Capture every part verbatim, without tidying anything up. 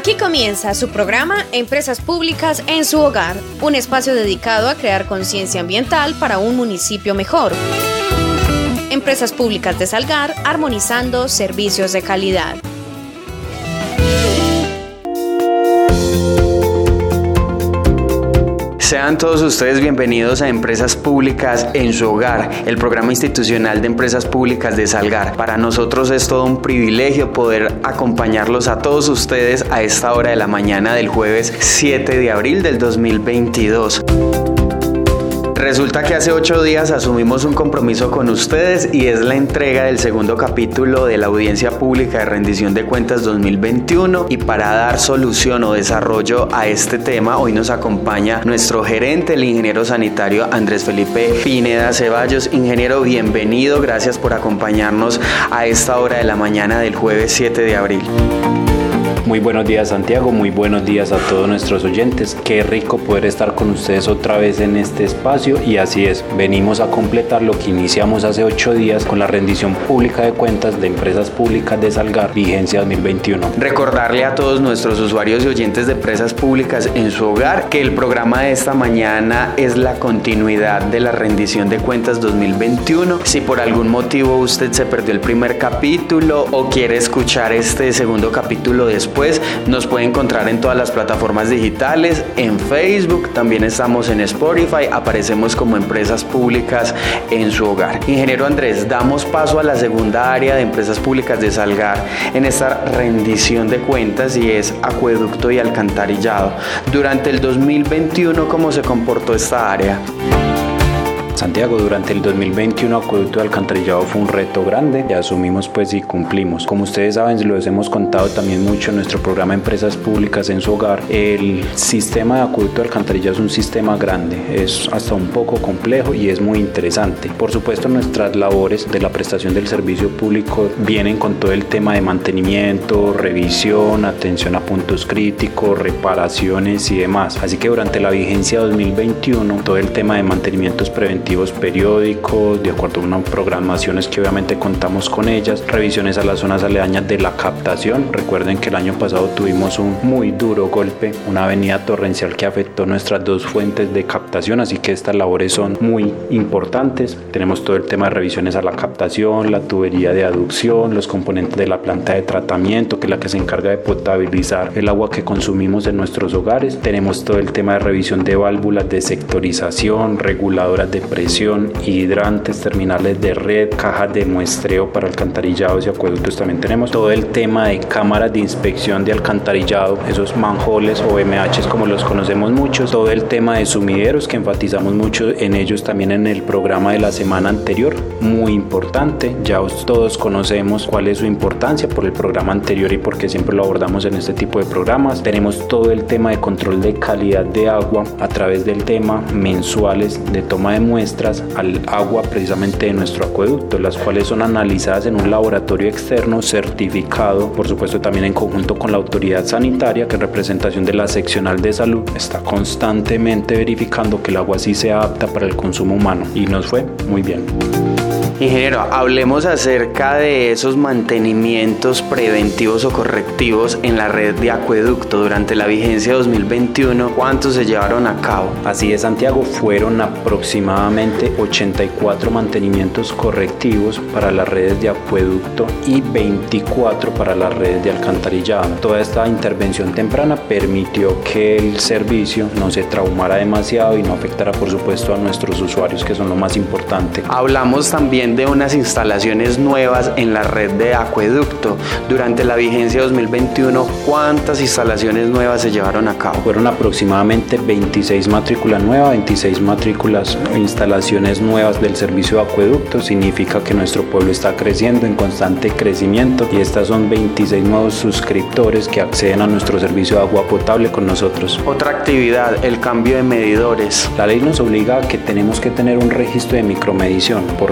Aquí comienza su programa Empresas Públicas en su Hogar, un espacio dedicado a crear conciencia ambiental para un municipio mejor. Empresas Públicas de Salgar, armonizando servicios de calidad. Sean todos ustedes bienvenidos a Empresas Públicas en su Hogar, el programa institucional de Empresas Públicas de Salgar. Para nosotros es todo un privilegio poder acompañarlos a todos ustedes a esta hora de la mañana del jueves siete de abril del dos mil veintidós. Resulta que hace ocho días asumimos un compromiso con ustedes y es la entrega del segundo capítulo de la Audiencia Pública de Rendición de Cuentas dos mil veintiuno, y para dar solución o desarrollo a este tema hoy nos acompaña nuestro gerente, el ingeniero sanitario Andrés Felipe Pineda Ceballos. Ingeniero, bienvenido, gracias por acompañarnos a esta hora de la mañana del jueves siete de abril. Muy buenos días, Santiago, muy buenos días a todos nuestros oyentes. Qué rico poder estar con ustedes otra vez en este espacio, y así es, venimos a completar lo que iniciamos hace ocho días con la rendición pública de cuentas de Empresas Públicas de Salgar, vigencia dos mil veintiuno. Recordarle a todos nuestros usuarios y oyentes de Empresas Públicas en su Hogar que el programa de esta mañana es la continuidad de la rendición de cuentas dos mil veintiuno. Si por algún motivo usted se perdió el primer capítulo o quiere escuchar este segundo capítulo después, nos puede encontrar en todas las plataformas digitales, en Facebook, también estamos en Spotify, aparecemos como Empresas Públicas en su Hogar. Ingeniero Andrés, damos paso a la segunda área de Empresas Públicas de Salgar en esta rendición de cuentas, y es acueducto y alcantarillado. Durante el dos mil veintiuno, ¿cómo se comportó esta área? Santiago, durante el dos mil veintiuno acueducto y alcantarillado fue un reto grande y asumimos pues y cumplimos. Como ustedes saben, los hemos contado también mucho en nuestro programa Empresas Públicas en su Hogar. El sistema de acueducto y alcantarillado es un sistema grande, es hasta un poco complejo y es muy interesante. Por supuesto, nuestras labores de la prestación del servicio público vienen con todo el tema de mantenimiento, revisión, atención a puntos críticos, reparaciones y demás. Así que durante la vigencia dos mil veintiuno, todo el tema de mantenimientos preventivos periódicos, de acuerdo a unas programaciones que obviamente contamos con ellas, revisiones a las zonas aledañas de la captación. Recuerden que el año pasado tuvimos un muy duro golpe, una avenida torrencial que afectó nuestras dos fuentes de captación, así que estas labores son muy importantes. Tenemos todo el tema de revisiones a la captación, la tubería de aducción, los componentes de la planta de tratamiento, que es la que se encarga de potabilizar el agua que consumimos en nuestros hogares. Tenemos todo el tema de revisión de válvulas de sectorización, reguladoras de presión, hidrantes, terminales de red, cajas de muestreo para alcantarillados y acueductos. También tenemos todo el tema de cámaras de inspección de alcantarillado, esos manholes o M Hs como los conocemos muchos, todo el tema de sumideros que enfatizamos mucho en ellos también en el programa de la semana anterior, muy importante. Ya todos conocemos cuál es su importancia por el programa anterior y porque siempre lo abordamos en este tipo de programas. Tenemos todo el tema de control de calidad de agua a través del tema mensuales de toma de muestras al agua precisamente de nuestro acueducto, las cuales son analizadas en un laboratorio externo certificado, por supuesto también en conjunto con la autoridad sanitaria, que en representación de la seccional de salud está constantemente verificando que el agua sí sea apta para el consumo humano, y nos fue muy bien. Ingeniero, hablemos acerca de esos mantenimientos preventivos o correctivos en la red de acueducto. Durante la vigencia dos mil veintiuno, ¿cuántos se llevaron a cabo? Así es, Santiago, fueron aproximadamente ochenta y cuatro mantenimientos correctivos para las redes de acueducto y veinticuatro para las redes de alcantarillado. Toda esta intervención temprana permitió que el servicio no se traumara demasiado y no afectara, por supuesto, a nuestros usuarios, que son lo más importante. Hablamos también de unas instalaciones nuevas en la red de acueducto. Durante la vigencia dos mil veintiuno, ¿cuántas instalaciones nuevas se llevaron a cabo? Fueron aproximadamente veintiséis matrículas nuevas, veintiséis matrículas e instalaciones nuevas del servicio de acueducto. Significa que nuestro pueblo está creciendo, en constante crecimiento, y estas son veintiséis nuevos suscriptores que acceden a nuestro servicio de agua potable con nosotros. Otra actividad, el cambio de medidores. La ley nos obliga a que tenemos que tener un registro de micromedición. ¿Por qué?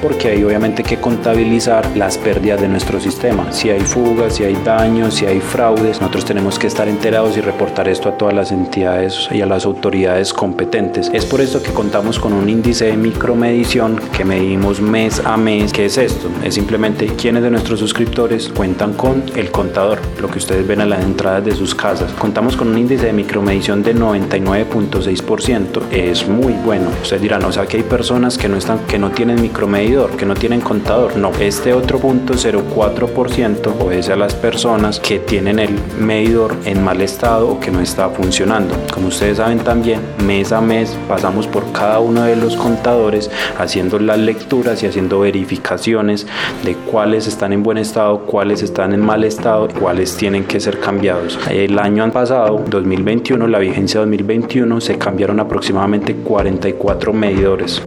porque hay obviamente que contabilizar las pérdidas de nuestro sistema. Si hay fugas, si hay daños, si hay fraudes, nosotros tenemos que estar enterados y reportar esto a todas las entidades y a las autoridades competentes. Es por esto que contamos con un índice de micromedición que medimos mes a mes. ¿Qué es esto? Es simplemente quiénes de nuestros suscriptores cuentan con el contador, lo que ustedes ven a las entradas de sus casas. Contamos con un índice de micromedición de noventa y nueve punto seis por ciento. Es muy bueno. Ustedes dirán, o sea que hay personas que no están, que no tienen micromedidor, que no tienen contador. No, este otro punto cero cuatro por ciento obedece a las personas que tienen el medidor en mal estado o que no está funcionando. Como ustedes saben también, mes a mes pasamos por cada uno de los contadores haciendo las lecturas y haciendo verificaciones de cuáles están en buen estado, cuáles están en mal estado, cuáles tienen que ser cambiados. El año pasado, dos mil veintiuno, la vigencia dos mil veintiuno, se cambiaron aproximadamente cuarenta y cuatro medidores.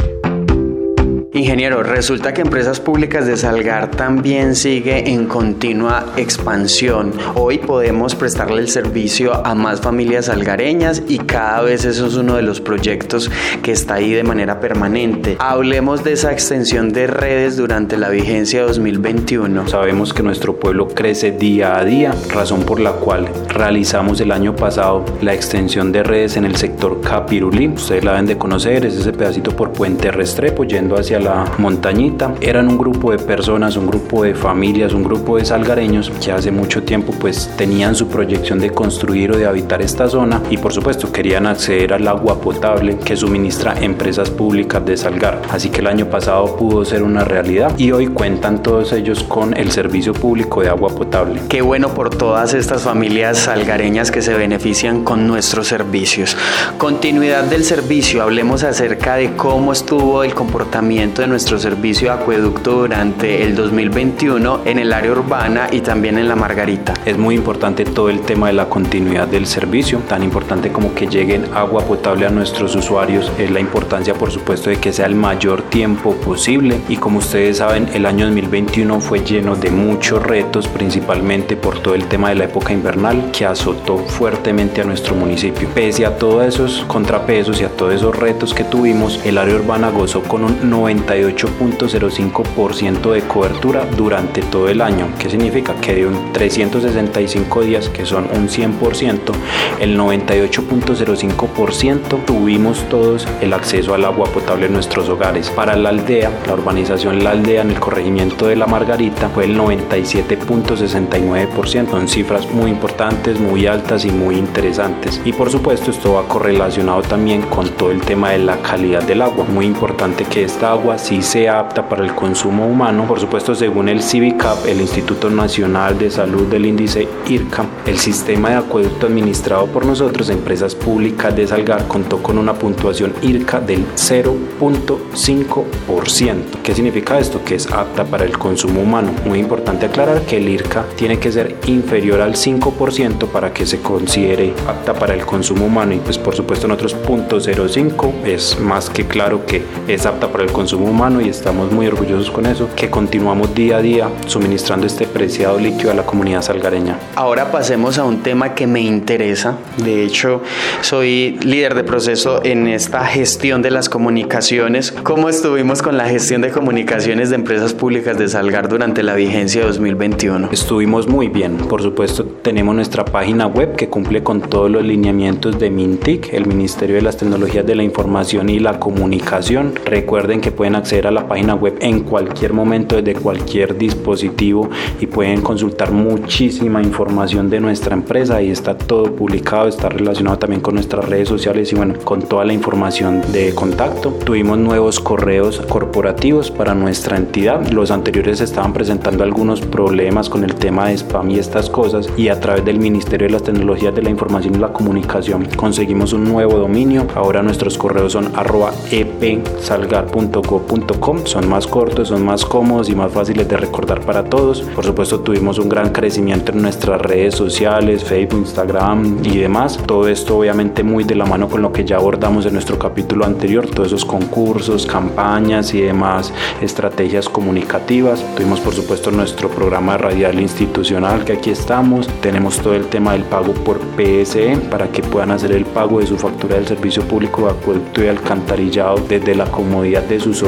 Ingeniero, resulta que Empresas Públicas de Salgar también sigue en continua expansión. Hoy podemos prestarle el servicio a más familias salgareñas y cada vez eso es uno de los proyectos que está ahí de manera permanente. Hablemos de esa extensión de redes durante la vigencia dos mil veintiuno. Sabemos que nuestro pueblo crece día a día, razón por la cual realizamos el año pasado la extensión de redes en el sector Capirulí. Ustedes la deben de conocer, es ese pedacito por Puente Restrepo yendo hacia la montañita. Eran un grupo de personas, un grupo de familias, un grupo de salgareños que hace mucho tiempo pues tenían su proyección de construir o de habitar esta zona y por supuesto querían acceder al agua potable que suministra Empresas Públicas de Salgar. Así que el año pasado pudo ser una realidad y hoy cuentan todos ellos con el servicio público de agua potable. Qué bueno por todas estas familias salgareñas que se benefician con nuestros servicios. Continuidad del servicio, hablemos acerca de cómo estuvo el comportamiento de nuestro servicio de acueducto durante el dos mil veintiuno en el área urbana y también en la Margarita. Es muy importante todo el tema de la continuidad del servicio, tan importante como que lleguen agua potable a nuestros usuarios. Es la importancia, por supuesto, de que sea el mayor tiempo posible y como ustedes saben, el año dos mil veintiuno fue lleno de muchos retos, principalmente por todo el tema de la época invernal que azotó fuertemente a nuestro municipio. Pese a todos esos contrapesos y a todos esos retos que tuvimos, el área urbana gozó con un noventa y ocho punto cero cinco por ciento de cobertura durante todo el año. ¿Qué significa? Que de un trescientos sesenta y cinco días, que son un cien por ciento, el noventa y ocho punto cero cinco por ciento tuvimos todos el acceso al agua potable en nuestros hogares. Para la aldea, la urbanización La Aldea en el corregimiento de La Margarita fue el noventa y siete punto sesenta y nueve por ciento. Son cifras muy importantes, muy altas y muy interesantes. Y por supuesto esto va correlacionado también con todo el tema de la calidad del agua. Muy importante que esta agua sí sea apta para el consumo humano. Por supuesto, según el CIVICAP, el Instituto Nacional de Salud del índice I R C A, el sistema de acueducto administrado por nosotros, Empresas Públicas de Salgar, contó con una puntuación I R C A del cero punto cinco por ciento. ¿Qué significa esto? Que es apta para el consumo humano. Muy importante aclarar que el I R C A tiene que ser inferior al cinco por ciento para que se considere apta para el consumo humano y pues por supuesto en otros punto cero cinco es más que claro que es apta para el consumo humano y estamos muy orgullosos con eso, que continuamos día a día suministrando este preciado líquido a la comunidad salgareña. Ahora pasemos a un tema que me interesa. De hecho, soy líder de proceso en esta gestión de las comunicaciones. ¿Cómo estuvimos con la gestión de comunicaciones de Empresas Públicas de Salgar durante la vigencia dos mil veintiuno? Estuvimos muy bien. Por supuesto, tenemos nuestra página web que cumple con todos los lineamientos de MINTIC, el Ministerio de las Tecnologías de la Información y la Comunicación. Recuerden que pueden acceder a la página web en cualquier momento desde cualquier dispositivo y pueden consultar muchísima información de nuestra empresa. Ahí está todo publicado, está relacionado también con nuestras redes sociales y bueno, con toda la información de contacto. Tuvimos nuevos correos corporativos para nuestra entidad. Los anteriores estaban presentando algunos problemas con el tema de spam y estas cosas y a través del Ministerio de las Tecnologías de la Información y la Comunicación conseguimos un nuevo dominio. Ahora nuestros correos son arroba epsalgar punto go punto com. Son más cortos, son más cómodos y más fáciles de recordar para todos. Por supuesto tuvimos un gran crecimiento en nuestras redes sociales, Facebook, Instagram y demás. Todo esto obviamente muy de la mano con lo que ya abordamos en nuestro capítulo anterior, todos esos concursos, campañas y demás estrategias comunicativas. Tuvimos por supuesto nuestro programa radial institucional, que aquí estamos. Tenemos todo el tema del pago por P S E para que puedan hacer el pago de su factura del servicio público de acueducto y alcantarillado desde la comodidad de sus hogares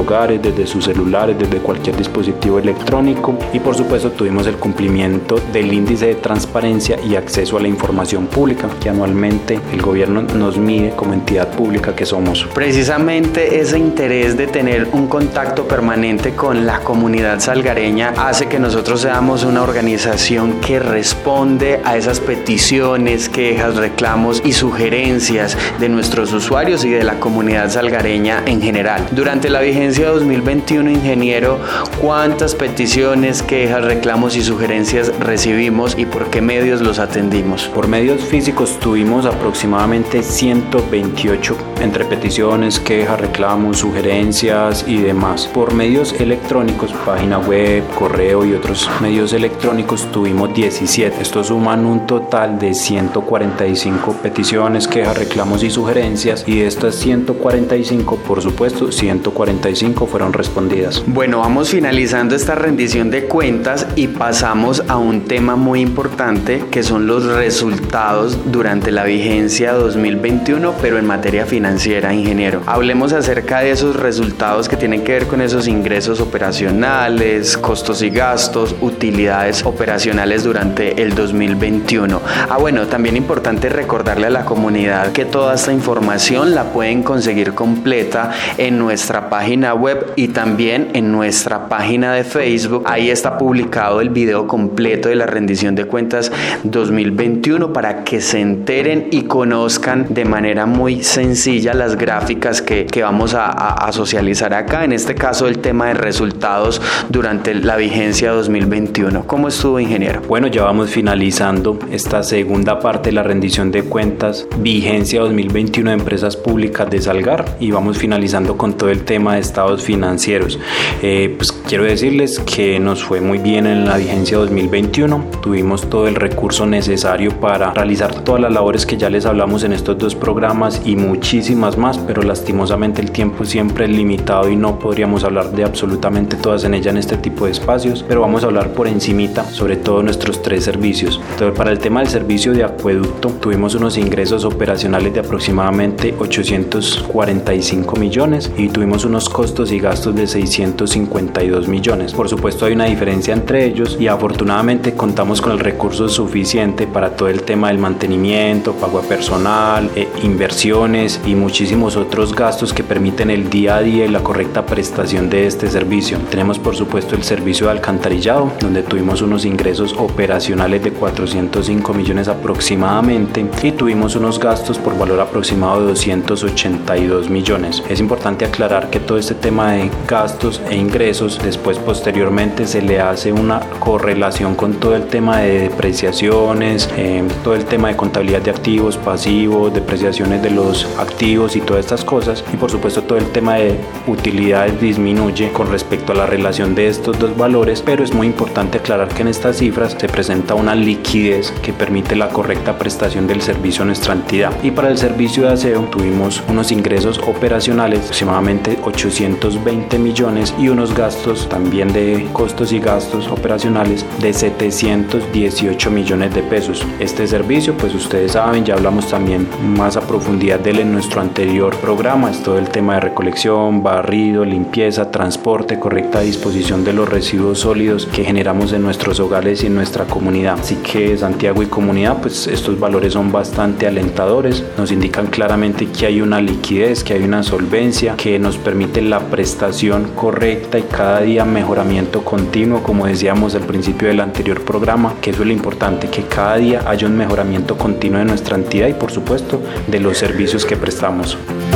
hogares, desde sus celulares, desde cualquier dispositivo electrónico. Y por supuesto tuvimos el cumplimiento del índice de transparencia y acceso a la información pública que anualmente el gobierno nos mide como entidad pública que somos. Precisamente ese interés de tener un contacto permanente con la comunidad salgareña hace que nosotros seamos una organización que responde a esas peticiones, quejas, reclamos y sugerencias de nuestros usuarios y de la comunidad salgareña en general. Durante la vigencia dos mil veintiuno, ingeniero, ¿cuántas peticiones, quejas, reclamos y sugerencias recibimos y por qué medios los atendimos? Por medios físicos tuvimos aproximadamente ciento veintiocho entre peticiones, quejas, reclamos, sugerencias y demás. Por medios electrónicos, página web, correo y otros medios electrónicos tuvimos diecisiete. Estos suman un total de ciento cuarenta y cinco peticiones, quejas, reclamos y sugerencias, y de estas ciento cuarenta y cinco, por supuesto, ciento cuarenta y cinco fueron respondidas. Bueno, vamos finalizando esta rendición de cuentas y pasamos a un tema muy importante que son los resultados durante la vigencia dos mil veintiuno, pero en materia financiera, ingeniero. Hablemos acerca de esos resultados que tienen que ver con esos ingresos operacionales, costos y gastos, utilidades operacionales durante el dos mil veintiuno. Ah, bueno, también importante recordarle a la comunidad que toda esta información la pueden conseguir completa en nuestra página web y también en nuestra página de Facebook. Ahí está publicado el video completo de la rendición de cuentas dos mil veintiuno para que se enteren y conozcan de manera muy sencilla las gráficas que, que vamos a, a, a socializar acá. En este caso, el tema de resultados durante la vigencia dos mil veintiuno. ¿Cómo estuvo, ingeniero? Bueno, ya vamos finalizando esta segunda parte de la rendición de cuentas vigencia dos mil veintiuno de Empresas Públicas de Salgar, y vamos finalizando con todo el tema de estados financieros. Eh, pues quiero decirles que nos fue muy bien en la vigencia dos mil veintiuno. Tuvimos todo el recurso necesario para realizar todas las labores que ya les hablamos en estos dos programas y muchísimas más, pero lastimosamente el tiempo siempre es limitado y no podríamos hablar de absolutamente todas en ella en este tipo de espacios, pero vamos a hablar por encimita sobre todo nuestros tres servicios. Entonces, para el tema del servicio de acueducto tuvimos unos ingresos operacionales de aproximadamente ochocientos cuarenta y cinco millones y tuvimos unos costos y gastos de seiscientos cincuenta y dos millones. Por supuesto hay una diferencia entre ellos y afortunadamente contamos con el recurso suficiente para todo el tema del mantenimiento, pago a personal, eh, inversiones y muchísimos otros gastos que permiten el día a día y la correcta prestación de este servicio. Tenemos por supuesto el servicio de alcantarillado, donde tuvimos unos ingresos operacionales de cuatrocientos cinco millones aproximadamente y tuvimos unos gastos por valor aproximado de doscientos ochenta y dos millones. Es importante aclarar que todo este tema de gastos e ingresos después posteriormente se le hace una correlación con todo el tema de depreciaciones, eh, todo el tema de contabilidad de activos, pasivos, depreciaciones de los activos y todas estas cosas, y por supuesto todo el tema de utilidades disminuye con respecto a la relación de estos dos valores, pero es muy importante aclarar que en estas cifras se presenta una liquidez que permite la correcta prestación del servicio a nuestra entidad. Y para el servicio de aseo tuvimos unos ingresos operacionales aproximadamente ochocientos veinte millones y unos gastos también de costos y gastos operacionales de setecientos dieciocho millones de pesos. Este servicio, pues ustedes saben, ya hablamos también más a profundidad de él en nuestro anterior programa, es todo el tema de recolección, barrido, limpieza, transporte, correcta disposición de los residuos sólidos que generamos en nuestros hogares y en nuestra comunidad. Así que Santiago y comunidad, pues estos valores son bastante alentadores, nos indican claramente que hay una liquidez, que hay una solvencia, que nos permite la prestación correcta y cada día mejoramiento continuo, como decíamos al principio del anterior programa, que eso es lo importante, que cada día haya un mejoramiento continuo de nuestra entidad y por supuesto de los servicios que prestamos.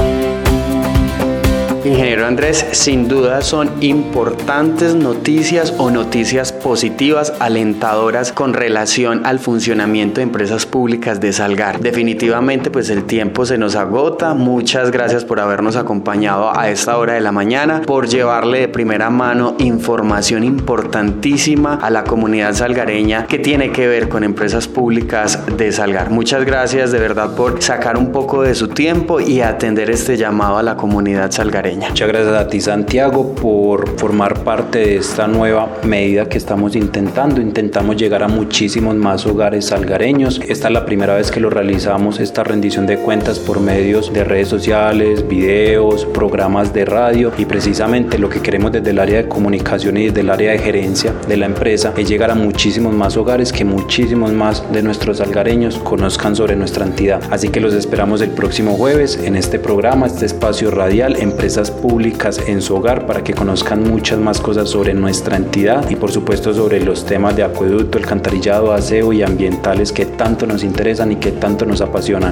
Ingeniero Andrés, sin duda son importantes noticias o noticias positivas, alentadoras con relación al funcionamiento de Empresas Públicas de Salgar. Definitivamente pues el tiempo se nos agota. Muchas gracias por habernos acompañado a esta hora de la mañana, por llevarle de primera mano información importantísima a la comunidad salgareña que tiene que ver con Empresas Públicas de Salgar. Muchas gracias de verdad por sacar un poco de su tiempo y atender este llamado a la comunidad salgareña. Muchas gracias a ti, Santiago, por formar parte de esta nueva medida que estamos estamos intentando, intentamos llegar a muchísimos más hogares salgareños. Esta es la primera vez que lo realizamos, esta rendición de cuentas por medios de redes sociales, videos, programas de radio, y precisamente lo que queremos desde el área de comunicación y desde el área de gerencia de la empresa es llegar a muchísimos más hogares, que muchísimos más de nuestros salgareños conozcan sobre nuestra entidad. Así que los esperamos el próximo jueves en este programa, este espacio radial, Empresas Públicas en su Hogar, para que conozcan muchas más cosas sobre nuestra entidad y por supuesto sobre los temas de acueducto, alcantarillado, aseo y ambientales que tanto nos interesan y que tanto nos apasionan.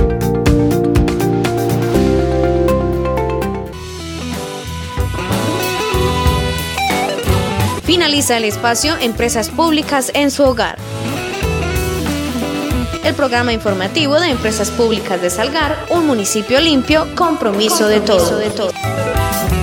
Finaliza el espacio Empresas Públicas en su Hogar. El programa informativo de Empresas Públicas de Salgar, un municipio limpio, compromiso, compromiso de todos.